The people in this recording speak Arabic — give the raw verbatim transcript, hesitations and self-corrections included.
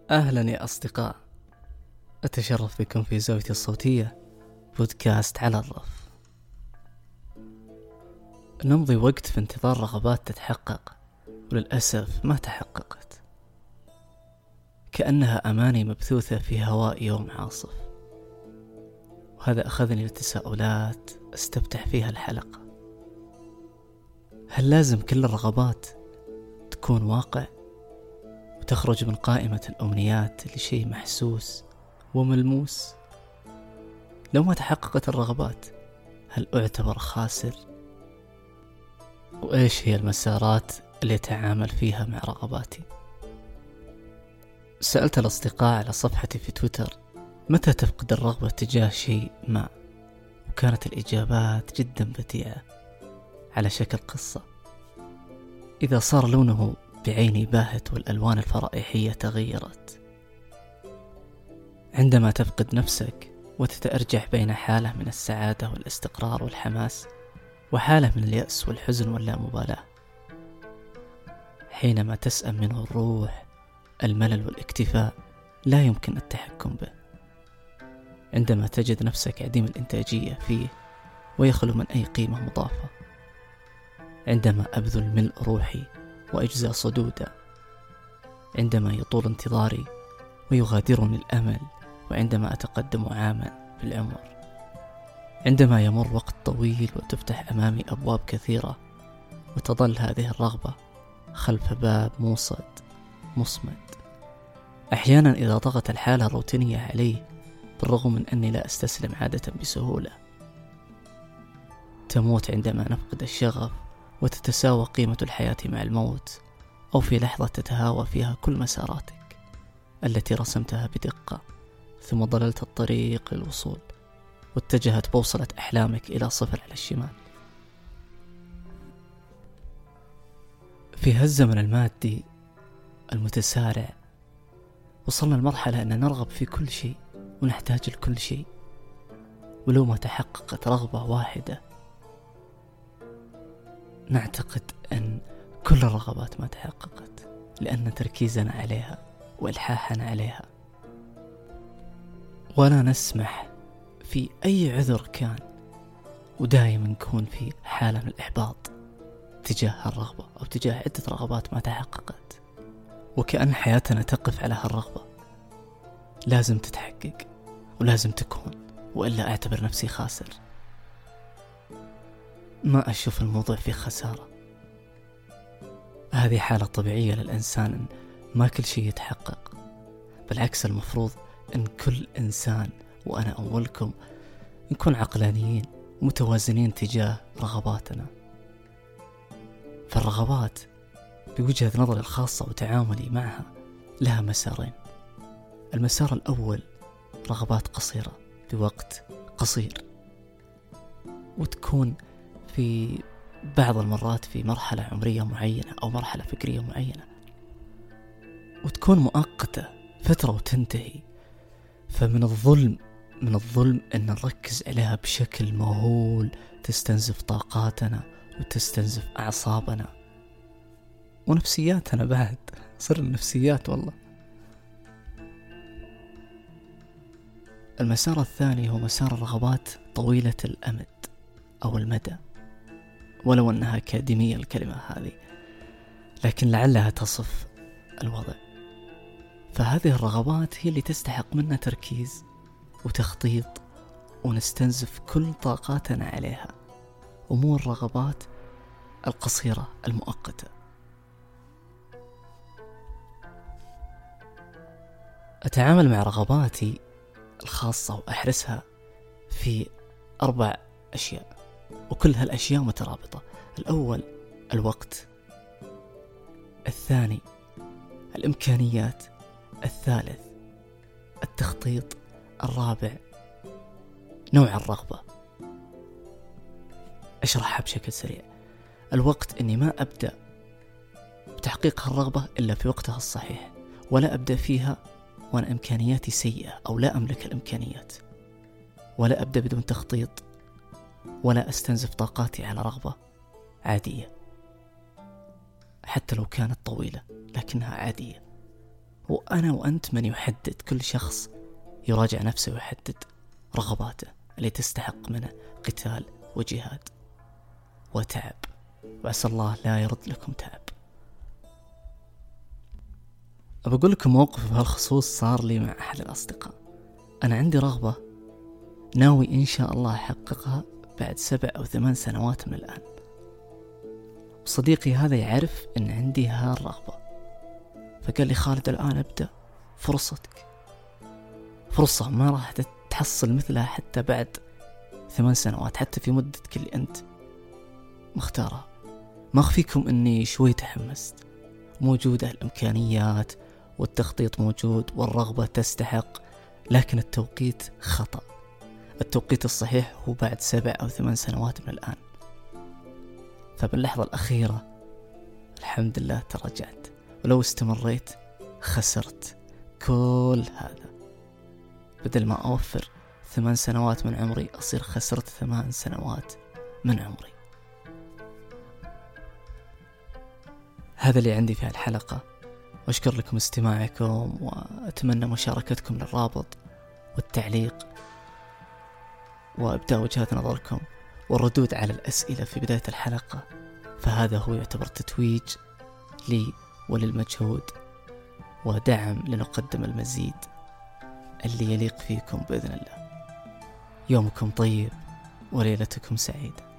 أهلا يا أصدقاء، أتشرف بكم في زاويتي الصوتية بودكاست على الرف. نمضي وقت في انتظار رغبات تتحقق، وللأسف ما تحققت، كأنها أماني مبثوثة في هواء يوم عاصف. وهذا أخذني لتساؤلات استفتح فيها الحلقة: هل لازم كل الرغبات تكون واقع وتخرج من قائمة الأمنيات لشيء محسوس وملموس؟ لو ما تحققت الرغبات هل أعتبر خاسر؟ وإيش هي المسارات اللي أتعامل فيها مع رغباتي؟ سألت الأصدقاء على صفحتي في تويتر متى تفقد الرغبة تجاه شيء ما، وكانت الإجابات جدا بديعة على شكل قصة. إذا صار لونه بعيني باهت والألوان الفرائحية تغيرت، عندما تفقد نفسك وتتأرجح بين حالة من السعادة والاستقرار والحماس وحالة من اليأس والحزن واللامبالاة، حينما تسأم منه الروح الملل والاكتفاء لا يمكن التحكم به، عندما تجد نفسك عديم الإنتاجية فيه ويخلو من أي قيمة مضافة، عندما أبذل ملء روحي وأجزى صدودا، عندما يطول انتظاري ويغادرني الأمل، وعندما أتقدم عاما في العمر، عندما يمر وقت طويل وتفتح أمامي أبواب كثيرة وتظل هذه الرغبة خلف باب موصد مصمد. أحيانا إذا ضغط الحالة الروتينية علي، بالرغم من أني لا أستسلم عادة بسهولة، تموت عندما نفقد الشغف وتتساوى قيمة الحياة مع الموت، أو في لحظة تتهاوى فيها كل مساراتك التي رسمتها بدقة، ثم ضللت الطريق للوصول واتجهت بوصلة أحلامك إلى صفر على الشمال. في هالزمن المادي المتسارع وصلنا لمرحلة أن نرغب في كل شيء ونحتاج لكل شيء، ولو ما تحققت رغبة واحدة نعتقد أن كل الرغبات ما تحققت، لأن تركيزنا عليها وإلحاحنا عليها، ولا نسمح في أي عذر كان، ودائما نكون في حالة من الإحباط تجاه الرغبة أو تجاه عدة رغبات ما تحققت، وكأن حياتنا تقف على هالرغبة، لازم تتحقق ولازم تكون، وإلا أعتبر نفسي خاسر. ما أشوف الموضوع فيه خسارة، هذه حالة طبيعية للإنسان، ما كل شيء يتحقق، بالعكس المفروض أن كل إنسان وأنا أولكم نكون عقلانيين متوازنين تجاه رغباتنا. فالرغبات بوجهة نظري الخاصة وتعاملي معها لها مسارين. المسار الأول رغبات قصيرة بوقت قصير، وتكون في بعض المرات في مرحلة عمرية معينة أو مرحلة فكرية معينة، وتكون مؤقتة فترة وتنتهي. فمن الظلم من الظلم أن نركز عليها بشكل مهول، تستنزف طاقاتنا وتستنزف أعصابنا ونفسياتنا، بعد صر النفسيات والله. المسار الثاني هو مسار الرغبات طويلة الأمد أو المدى، ولو أنها أكاديمية الكلمة هذه، لكن لعلها تصف الوضع. فهذه الرغبات هي اللي تستحق منا تركيز وتخطيط، ونستنزف كل طاقاتنا عليها، ومو الرغبات القصيرة المؤقتة. أتعامل مع رغباتي الخاصة وأحرسها في أربع أشياء، وكل هالأشياء مترابطة. الأول الوقت، الثاني الإمكانيات، الثالث التخطيط، الرابع نوع الرغبة. أشرحها بشكل سريع. الوقت إني ما أبدأ بتحقيق الرغبة إلا في وقتها الصحيح، ولا أبدأ فيها وأنا إمكانياتي سيئة أو لا أملك الإمكانيات، ولا أبدأ بدون تخطيط، ولا أستنزف طاقاتي على رغبة عادية حتى لو كانت طويلة لكنها عادية. وأنا وأنت من يحدد. كل شخص يراجع نفسه ويحدد رغباته اللي تستحق منه قتال وجهاد وتعب، وعسى الله لا يرد لكم تعب. أبى أقول لكم موقف بهالخصوص صار لي مع أحد الأصدقاء. أنا عندي رغبة ناوي إن شاء الله أحققها بعد سبع أو ثمان سنوات من الآن، وصديقي هذا يعرف أن عندي هالرغبة، فقال لي خالد الآن أبدأ، فرصتك، فرصة ما راح تحصل مثلها حتى بعد ثمان سنوات، حتى في مدتك اللي أنت مختارها. ما أخفيكم أني شوي تحمست، موجودة الإمكانيات والتخطيط موجود والرغبة تستحق، لكن التوقيت خطأ. التوقيت الصحيح هو بعد سبع أو ثمان سنوات من الآن. فباللحظة الأخيرة الحمد لله تراجعت، ولو استمريت خسرت كل هذا. بدل ما أوفر ثمان سنوات من عمري أصير خسرت ثمان سنوات من عمري. هذا اللي عندي في الحلقة، وأشكر لكم استماعكم، وأتمنى مشاركتكم للرابط والتعليق وإبداء وجهات نظركم والردود على الأسئلة في بداية الحلقة. فهذا هو يعتبر تتويج لي وللمجهود ودعم لنقدم المزيد اللي يليق فيكم بإذن الله. يومكم طيب وليلتكم سعيدة.